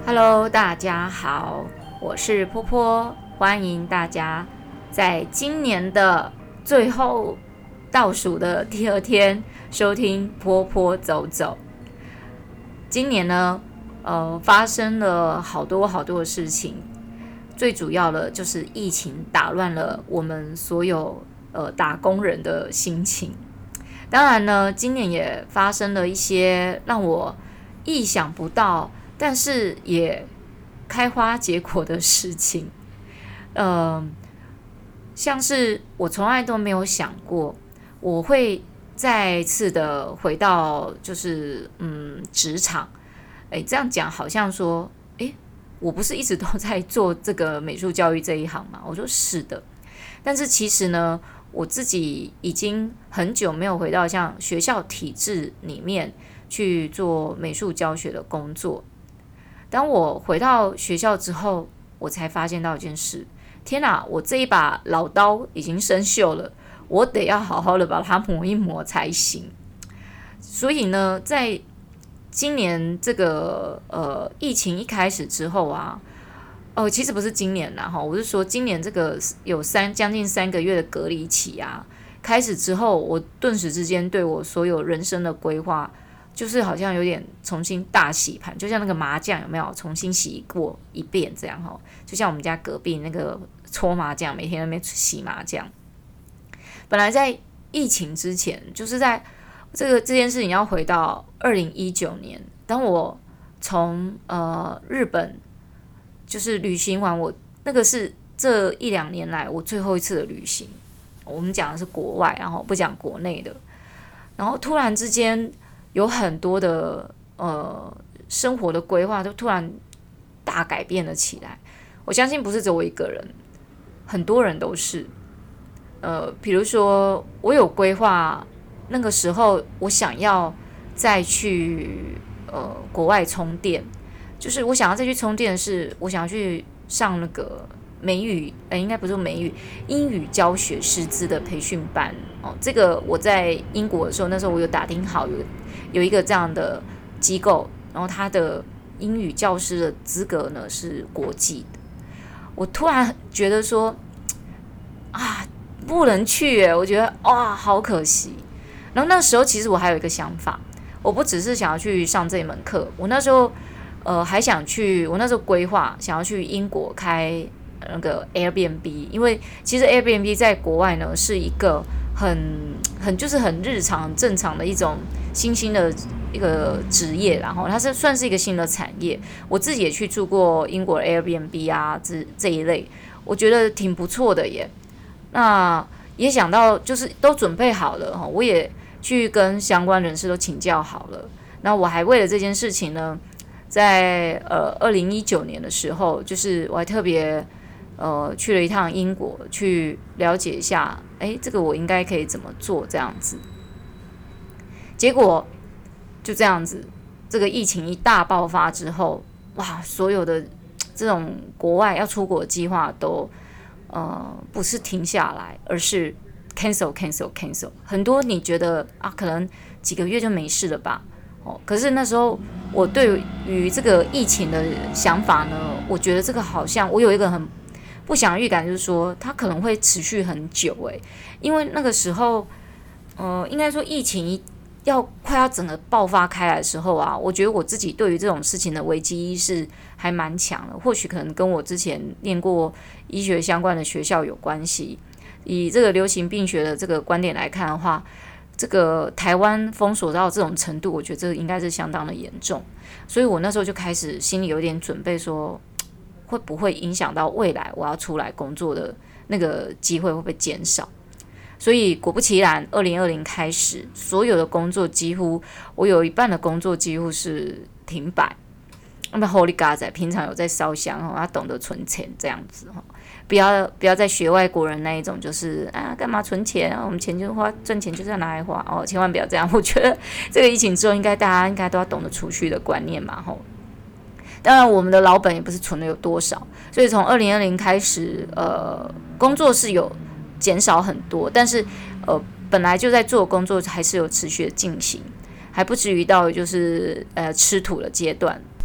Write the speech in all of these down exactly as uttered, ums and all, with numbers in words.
Hello， 大家好，我是波波，欢迎大家在今年的最后倒数的第二天收听波波走走。今年呢，呃，发生了好多好多的事情，最主要的就是疫情打乱了我们所有呃打工人的心情。当然呢，今年也发生了一些让我意想不到，但是也开花结果的事情。呃，像是我从来都没有想过，我会再次的回到就是嗯职场。哎，这样讲好像说，哎，我不是一直都在做这个美术教育这一行吗？我说是的，但是其实呢，我自己已经很久没有回到像学校体制里面去做美术教学的工作。当我回到学校之后，我才发现到一件事，天哪，我这一把老刀已经生锈了，我得要好好的把它磨一磨才行。所以呢，在今年这个呃疫情一开始之后啊，哦，其实不是今年啦哈，我是说今年这个有三将近三个月的隔离期啊，开始之后，我顿时之间对我所有人生的规划，就是好像有点重新大洗盘，就像那个麻将有没有重新洗过一遍这样哈？就像我们家隔壁那个搓麻将，每天在那边洗麻将。本来在疫情之前，就是在这个这件事情要回到二零一九年，当我从呃日本就是旅行完，我那个是这一两年来我最后一次的旅行。我们讲的是国外，然后不讲国内的。然后突然之间有很多的呃生活的规划都突然大改变了起来。我相信不是只有我一个人，很多人都是。呃，比如说我有规划。那个时候，我想要再去呃国外充电，就是我想要再去充电的是，我想要去上那个美语，呃，应该不是美语，英语教学师资的培训班哦。这个我在英国的时候，那时候我有打听好，有有一个这样的机构，然后他的英语教师的资格呢是国际的。我突然觉得说，啊，不能去耶，我觉得哇，好可惜。然后那时候其实我还有一个想法，我不只是想要去上这一门课，我那时候呃还想去，我那时候规划想要去英国开那个 Airbnb， 因为其实 Airbnb 在国外呢是一个很很就是很日常很正常的一种新兴的一个职业，然后它是算是一个新的产业。我自己也去住过英国 Airbnb 啊这这一类，我觉得挺不错的耶。那也想到就是都准备好了，我也去跟相关人士都请教好了。那我还为了这件事情呢，在呃二零一九年的时候，就是我还特别呃去了一趟英国，去了解一下，哎，这个我应该可以怎么做这样子。结果就这样子，这个疫情一大爆发之后，哇，所有的这种国外要出国的计划都呃不是停下来，而是cancel cancel cancel， 很多你觉得啊，可能几个月就没事了吧？哦，可是那时候我对于这个疫情的想法呢，我觉得这个好像我有一个很不祥的预感，就是说它可能会持续很久诶，因为那个时候，呃，应该说疫情一要快要整个爆发开来的时候啊，我觉得我自己对于这种事情的危机意识还蛮强的，或许可能跟我之前念过医学相关的学校有关系。以这个流行病学的这个观点来看的话，这个台湾封锁到这种程度，我觉得这个应该是相当的严重，所以我那时候就开始心里有点准备说，会不会影响到未来我要出来工作的那个机会会不会减少？所以果不其然，二零二零开始，所有的工作几乎我有一半的工作几乎是停摆。那么 Holy God 仔平常有在烧香，他懂得存钱这样子，不要不要再学外国人那一种，就是啊干嘛存钱啊，我们钱就花，赚钱就是要拿来花哦，千万不要这样。我觉得这个疫情之后，应该大家应该都要懂得储蓄的观念嘛，吼。当然，我们的老本也不是存了有多少，所以从二零二零开始，呃，工作是有减少很多，但是呃，本来就在做工作还是有持续的进行，还不至于到就是呃吃土的阶段。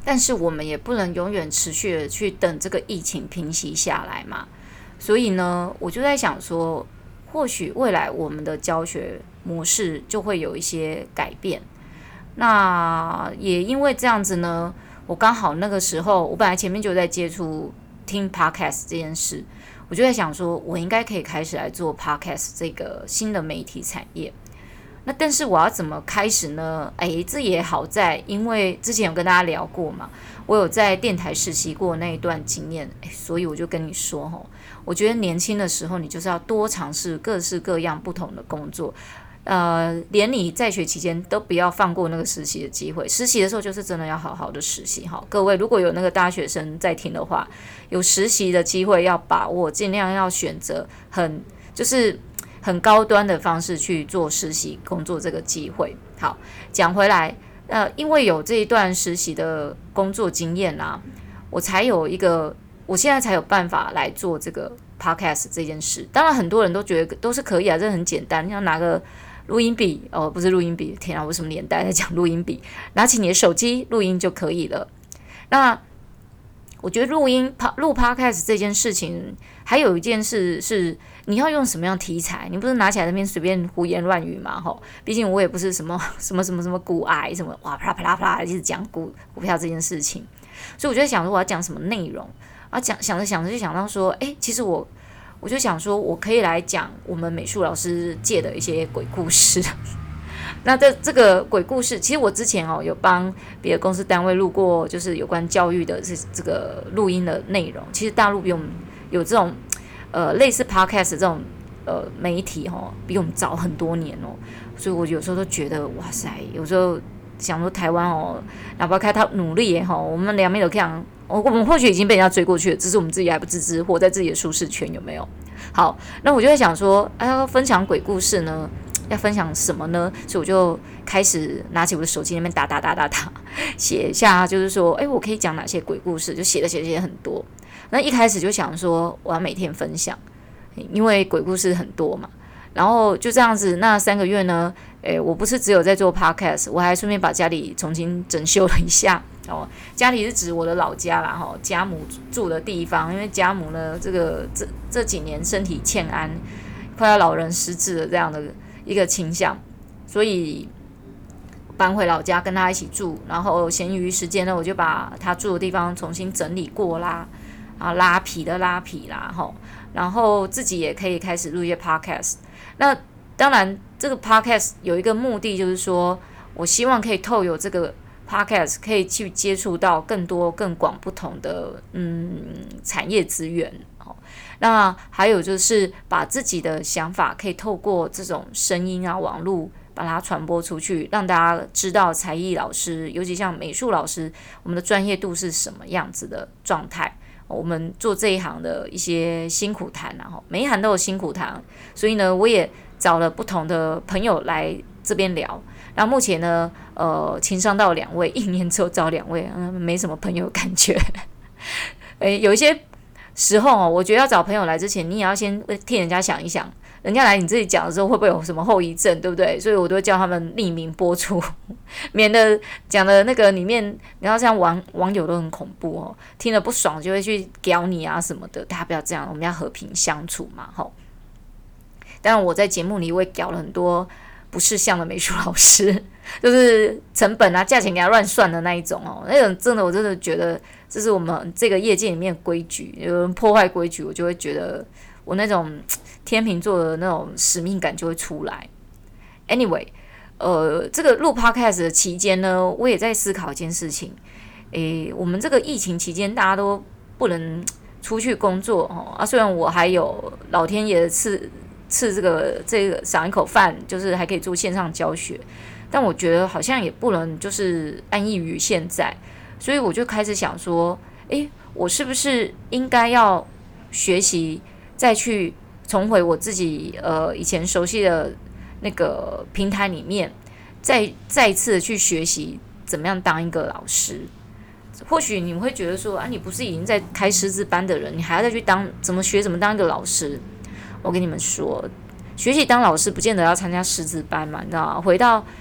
但是我们也不能永远持续的去等这个疫情平息下来嘛。所以呢，我就在想说，或许未来我们的教学模式就会有一些改变。那也因为这样子呢，我刚好那个时候，我本来前面就在接触听 podcast 这件事，我就在想说，我应该可以开始来做 podcast 这个新的媒体产业。那但是我要怎么开始呢？哎，这也好在，因为之前有跟大家聊过嘛，我有在电台实习过那一段经验，哎，所以我就跟你说吼，我觉得年轻的时候你就是要多尝试各式各样不同的工作。呃，连你在学期间都不要放过那个实习的机会。实习的时候就是真的要好好的实习哈。各位如果有那个大学生在听的话，有实习的机会要把握，尽量要选择很就是很高端的方式去做实习工作这个机会。好，讲回来，呃，因为有这一段实习的工作经验啦、啊，我才有一个，我现在才有办法来做这个 podcast 这件事。当然，很多人都觉得都是可以啊，这很简单，要拿个录音笔哦，不是录音笔，天啊，我什么年代在讲录音笔？拿起你的手机录音就可以了。那我觉得录音录 podcast 这件事情，还有一件事是你要用什么样题材？你不是拿起来那边随便胡言乱语嘛？吼，毕竟我也不是什么什么什么什么股癌什么哇啪啦啪啦啪啦一直讲股股票这件事情，所以我就在想说我要讲什么内容啊？讲想着想着就想到说，哎，其实我。我就想说，我可以来讲我们美术老师界的一些鬼故事。那这这个鬼故事，其实我之前哦有帮别的公司单位录过，就是有关教育的这这个录音的内容。其实大陆比我们有这种呃类似 podcast 这种呃媒体哦，比我们早很多年哦。所以我有时候都觉得哇塞，有时候想说台湾哦，哪怕开他努力也好，我们两边都这样。我们或许已经被人家追过去了，只是我们自己还不自知，活在自己的舒适圈，有没有？好，那我就在想说，哎，要分享鬼故事呢，要分享什么呢？所以我就开始拿起我的手机那边打打打打打，写一下，就是说，哎，我可以讲哪些鬼故事？就写了写了写很多。那一开始就想说，我要每天分享，因为鬼故事很多嘛。然后就这样子，那三个月呢，诶，我不是只有在做 podcast， 我还顺便把家里重新整修了一下哦。家里是指我的老家啦，哈，家母住的地方，因为家母呢，这个这这几年身体欠安，快要老人失智的这样的一个倾向，所以搬回老家跟他一起住。然后闲余时间呢，我就把他住的地方重新整理过啦，啊，拉皮的拉皮啦，哈，然后自己也可以开始录一些 podcast。那当然，这个 podcast 有一个目的，就是说我希望可以透过这个 podcast 可以去接触到更多、更广不同的嗯产业资源。哦，那还有就是把自己的想法可以透过这种声音啊、网络把它传播出去，让大家知道才艺老师，尤其像美术老师，我们的专业度是什么样子的状态。我们做这一行的一些辛苦谈，然后每一行都有辛苦谈，所以呢，我也找了不同的朋友来这边聊。然后目前呢，呃，情商到两位，一年之后找两位，嗯，没什么朋友感觉。诶，有一些时候哦，我觉得要找朋友来之前，你也要先替人家想一想，人家来你这里讲的时候会不会有什么后遗症，对不对？所以我都会叫他们匿名播出，免得讲的那个里面，你要像网网友都很恐怖哦，听了不爽就会去屌你啊什么的，大家不要这样，我们要和平相处嘛，吼。当然我在节目里我也屌了很多不识相的美术老师，就是成本啊、价钱给他乱算的那一种哦，那种真的我真的觉得这是我们这个业界里面的规矩，有人破坏规矩，我就会觉得我那种天秤座的那种使命感就会出来。Anyway， 呃，这个录 podcast 的期间呢，我也在思考一件事情，诶，我们这个疫情期间大家都不能出去工作哦，啊，虽然我还有老天爷赐赐这个这个赏一口饭，就是还可以做线上教学，但我觉得好像也不能就是安逸于现在，所以我就开始想说，诶，我是不是应该要学习再去重回我自己呃以前熟悉的那个平台里面，再再一次的去学习怎么样当一个老师。或许你们会觉得说啊，你不是已经在开师资班的人，你还要再去当怎么学怎么当一个老师？我跟你们说，学习当老师不见得要参加师资班嘛，你知道吗？回到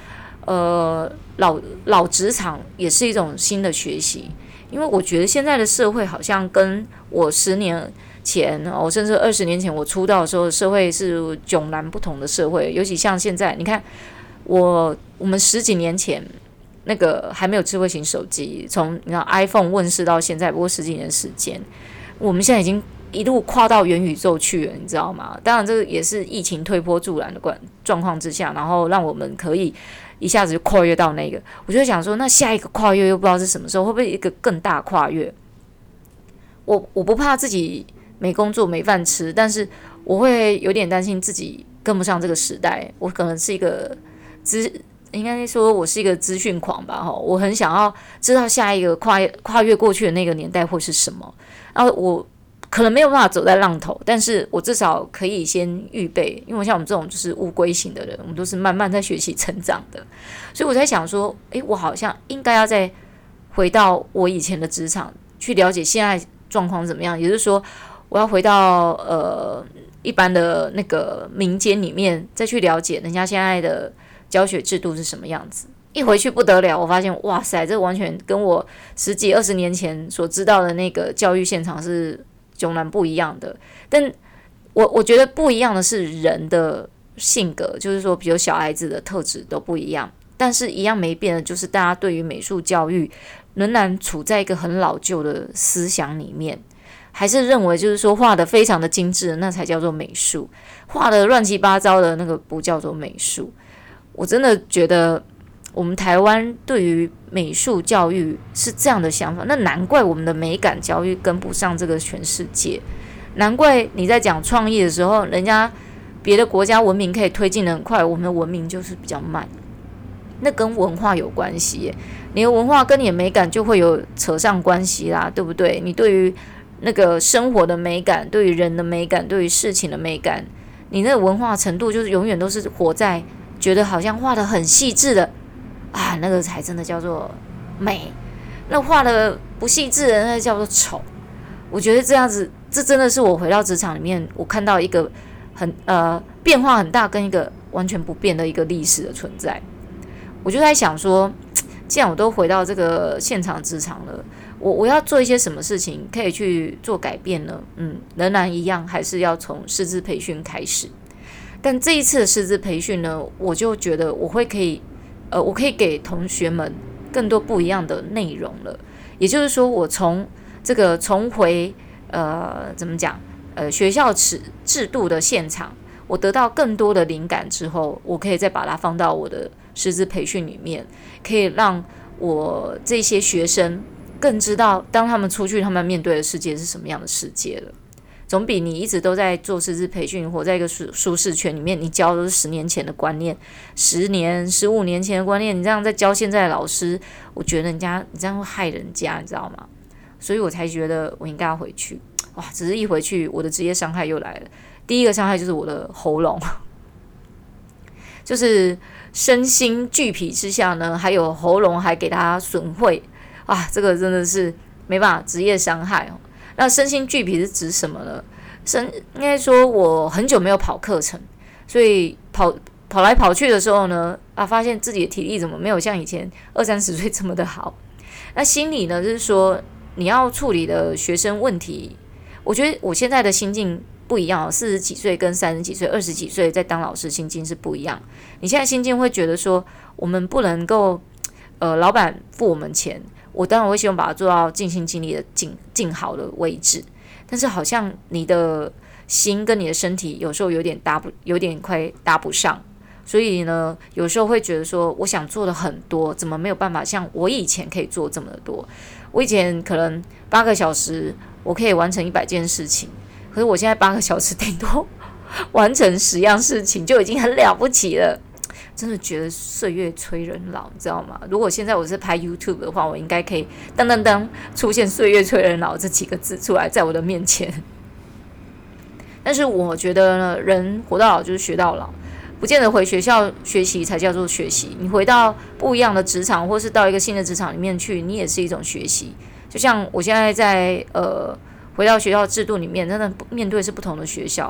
呃，老老职场也是一种新的学习，因为我觉得现在的社会好像跟我十年前哦，甚至二十年前我出道的时候，社会是迥然不同的社会。尤其像现在，你看我我们十几年前那个还没有智慧型手机，从你知道 iPhone 问世到现在，不过十几年时间，我们现在已经一路跨到元宇宙去了，你知道吗？当然，这个也是疫情推波助澜的状况之下，然后让我们可以一下子就跨越到那个。我就想说，那下一个跨越又不知道是什么时候，会不会一个更大跨越？我我不怕自己没工作没饭吃，但是我会有点担心自己跟不上这个时代。我可能是一个资，应该说我是一个资讯狂吧，哈，我很想要知道下一个跨越跨越过去的那个年代会是什么。然后我可能没有办法走在浪头，但是我至少可以先预备，因为像我们这种就是乌龟型的人，我们都是慢慢在学习成长的，所以我在想说，诶，我好像应该要再回到我以前的职场，去了解现在状况怎么样，也就是说，我要回到呃一般的那个民间里面，再去了解人家现在的教学制度是什么样子。一回去不得了，我发现哇塞，这完全跟我十几二十年前所知道的那个教育现场是迥然不一样的。但我我觉得不一样的是人的性格，就是说，比如小孩子的特质都不一样，但是一样没变的就是大家对于美术教育仍然处在一个很老旧的思想里面，还是认为就是说画的非常的精致，那才叫做美术，画的乱七八糟的那个不叫做美术。我真的觉得我们台湾对于美术教育是这样的想法，那难怪我们的美感教育跟不上这个全世界，难怪你在讲创意的时候，人家别的国家文明可以推进得很快，我们的文明就是比较慢。那跟文化有关系耶，你的文化跟你的美感就会有扯上关系啦，对不对？你对于那个生活的美感，对于人的美感，对于事情的美感，你那个文化程度就是永远都是活在觉得好像画得很细致的啊，那个才真的叫做美。那画的不细致的，那叫做丑。我觉得这样子，这真的是我回到职场里面，我看到一个很呃变化很大，跟一个完全不变的一个历史的存在。我就在想说，既然我都回到这个现场职场了，我我要做一些什么事情可以去做改变呢？嗯，仍然一样，还是要从师资培训开始。但这一次的师资培训呢，我就觉得我会可以，呃，我可以给同学们更多不一样的内容了。也就是说，我从这个重回呃怎么讲呃学校制制度的现场，我得到更多的灵感之后，我可以再把它放到我的师资培训里面，可以让我这些学生更知道，当他们出去，他们面对的世界是什么样的世界了。总比你一直都在做师资培训，活在一个舒舒适圈里面，你教的是十年前的观念，十年、十五年前的观念，你这样在教现在的老师，我觉得人家你这样会害人家，你知道吗？所以我才觉得我应该要回去。哇，只是一回去，我的职业伤害又来了。第一个伤害就是我的喉咙，就是身心俱疲之下呢，还有喉咙还给它损毁啊，这个真的是没办法，职业伤害哦。那身心俱疲是指什么呢？身应该说我很久没有跑课程，所以跑跑来跑去的时候呢，啊，发现自己的体力怎么没有像以前二三十岁这么的好。那心理呢，就是说你要处理的学生问题，我觉得我现在的心境不一样，四十几岁跟三十几岁、二十几岁在当老师心境是不一样。你现在心境会觉得说，我们不能够，呃，老板付我们钱，我当然会希望把它做到尽心尽力的尽尽好的位置，但是好像你的心跟你的身体有时候有点搭不，有点快搭不上，所以呢，有时候会觉得说，我想做的很多，怎么没有办法像我以前可以做这么多？我以前可能八个小时我可以完成一百件事情，可是我现在八个小时顶多完成十样事情就已经很了不起了。真的觉得岁月催人老，你知道吗？如果现在我是拍 YouTube 的话，我应该可以噔噔噔出现岁月催人老这几个字出来在我的面前。但是我觉得呢，人活到老就是学到老，不见得回学校学习才叫做学习，你回到不一样的职场，或是到一个新的职场里面去，你也是一种学习。就像我现在在呃回到学校制度里面，真的面对是不同的学校，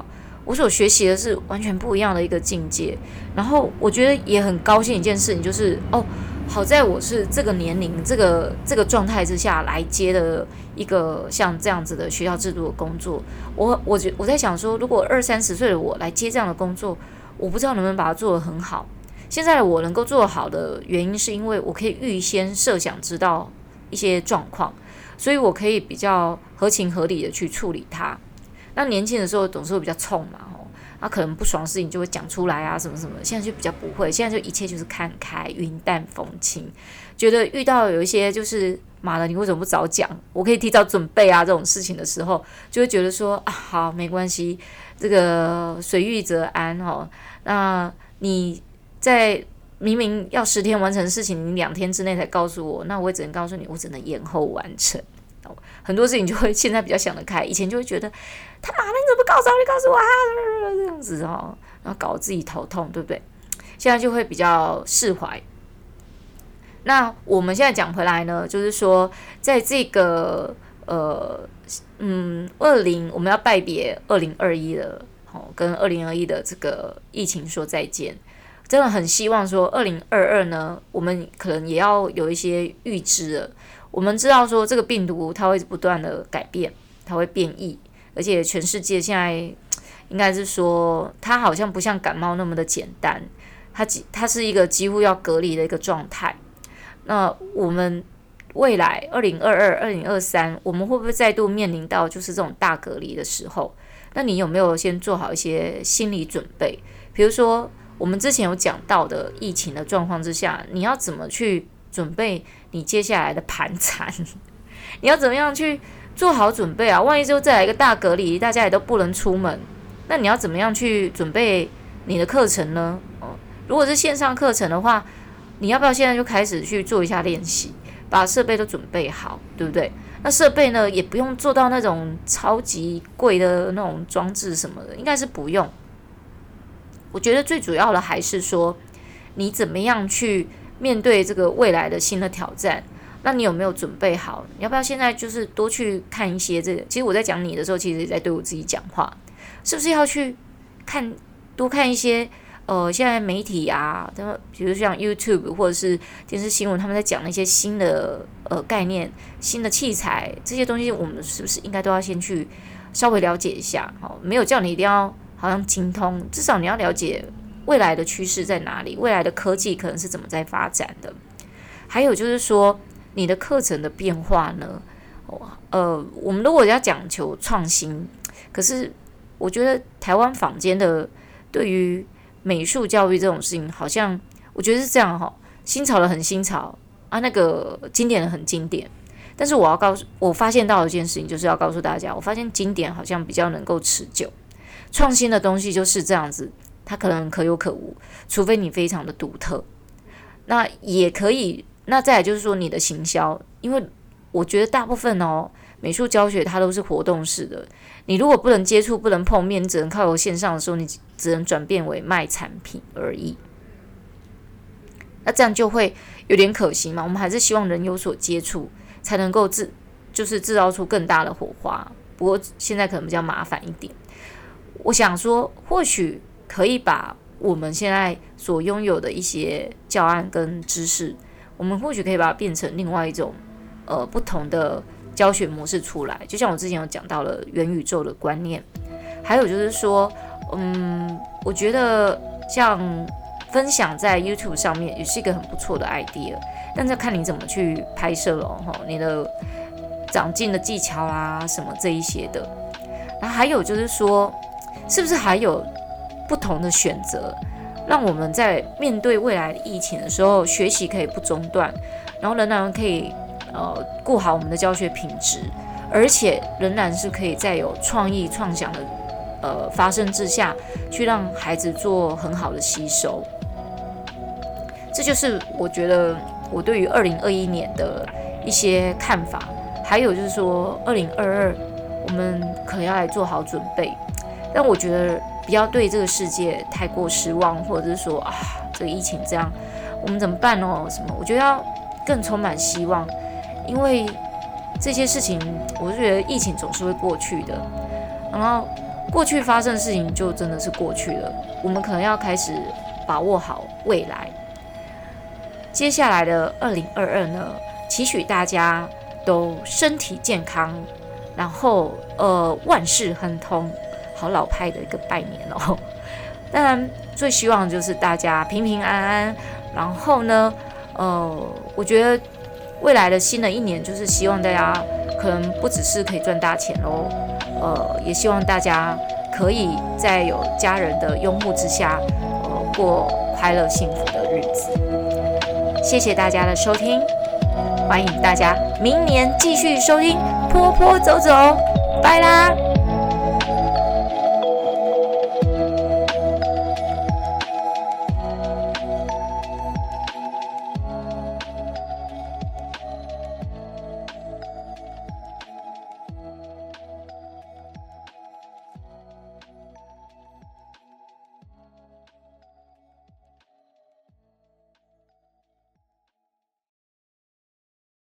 我所学习的是完全不一样的一个境界。然后我觉得也很高兴一件事情，就是哦，好在我是这个年龄、这个这个状态之下来接的一个像这样子的学校制度的工作。我我觉我在想说，如果二三十岁的我来接这样的工作，我不知道能不能把它做得很好。现在的我能够做得好的原因，是因为我可以预先设想知道一些状况，所以我可以比较合情合理的去处理它。那年轻的时候总是会比较冲嘛，哦，那可能不爽的事情就会讲出来啊，什么什么。现在就比较不会，现在就一切就是看开，云淡风轻。觉得遇到有一些就是妈的，你为什么不早讲？我可以提早准备啊，这种事情的时候，就会觉得说啊，好，没关系，这个随遇则安哦。那你在明明要十天完成的事情，你两天之内才告诉我，那我也只能告诉你，我只能延后完成。很多事情就会现在比较想得开，以前就会觉得他妈的你怎么不告诉我，你告诉我啊，这样子哦，然后搞得自己头痛，对不对？现在就会比较释怀。那我们现在讲回来呢，就是说在这个呃嗯二零我们要拜别二零二一了，哦，跟二零二一的这个疫情说再见。真的很希望说二零二二呢，我们可能也要有一些预知了。我们知道说这个病毒它会不断的改变，它会变异，而且全世界现在应该是说它好像不像感冒那么的简单，它它是一个几乎要隔离的一个状态。那我们未来二零二二、二零二三，我们会不会再度面临到就是这种大隔离的时候？那你有没有先做好一些心理准备？比如说我们之前有讲到的疫情的状况之下，你要怎么去准备你接下来的盘缠？你要怎么样去做好准备啊？万一就再来一个大隔离，大家也都不能出门，那你要怎么样去准备你的课程呢？哦，如果是线上课程的话，你要不要现在就开始去做一下练习，把设备都准备好，对不对？那设备呢，也不用做到那种超级贵的那种装置什么的，应该是不用。我觉得最主要的还是说，你怎么样去面对这个未来的新的挑战？那你有没有准备好？你要不要现在就是多去看一些这个？其实我在讲你的时候，其实也在对我自己讲话，是不是要去看多看一些？呃，现在媒体啊，他们比如像 YouTube 或者是电视新闻，他们在讲那些新的呃概念、新的器材这些东西，我们是不是应该都要先去稍微了解一下？好，没有叫你一定要好像精通，至少你要了解未来的趋势在哪里，未来的科技可能是怎么在发展的。还有就是说，你的课程的变化呢？呃，我们如果要讲求创新，可是我觉得台湾坊间的对于美术教育这种事情，好像我觉得是这样哈，新潮的很新潮啊，那个经典的很经典。但是我要告诉，我发现到一件事情，就是要告诉大家，我发现经典好像比较能够持久，创新的东西就是这样子，它可能可有可无，除非你非常的独特。那也可以，那再来就是说你的行销，因为我觉得大部分哦，美术教学它都是活动式的，你如果不能接触、不能碰面，你只能靠线上的时候，你只能转变为卖产品而已。那这样就会有点可惜嘛。我们还是希望人有所接触，才能够制就是制造出更大的火花。不过现在可能比较麻烦一点。我想说，或许可以把我们现在所拥有的一些教案跟知识，我们或许可以把它变成另外一种呃不同的教学模式出来。就像我之前有讲到了元宇宙的观念，还有就是说，嗯，我觉得像分享在 YouTube 上面也是一个很不错的 idea， 但是看你怎么去拍摄咯，你的长进的技巧啦什么这一些的。然后还有就是说，是不是还有不同的选择，让我们在面对未来的疫情的时候，学习可以不中断，然后仍然可以呃顾好我们的教学品质，而且仍然是可以在有创意创想的呃发生之下，去让孩子做很好的吸收。这就是我觉得我对于二零二一年的一些看法。还有就是说，二零二二我们可能要来做好准备，但我觉得不要对这个世界太过失望，或者是说啊，这个疫情这样，我们怎么办哦？什么？我觉得要更充满希望，因为这些事情，我是觉得疫情总是会过去的。然后过去发生的事情就真的是过去了，我们可能要开始把握好未来。接下来的二零二二呢，期许大家都身体健康，然后呃万事亨通，好老派的一个拜年哦。当然最希望就是大家平平安安，然后呢呃我觉得未来的新的一年就是希望大家可能不只是可以赚大钱咯，呃也希望大家可以在有家人的拥护之下，呃过快乐幸福的日子。谢谢大家的收听，欢迎大家明年继续收听坡坡走走，拜啦。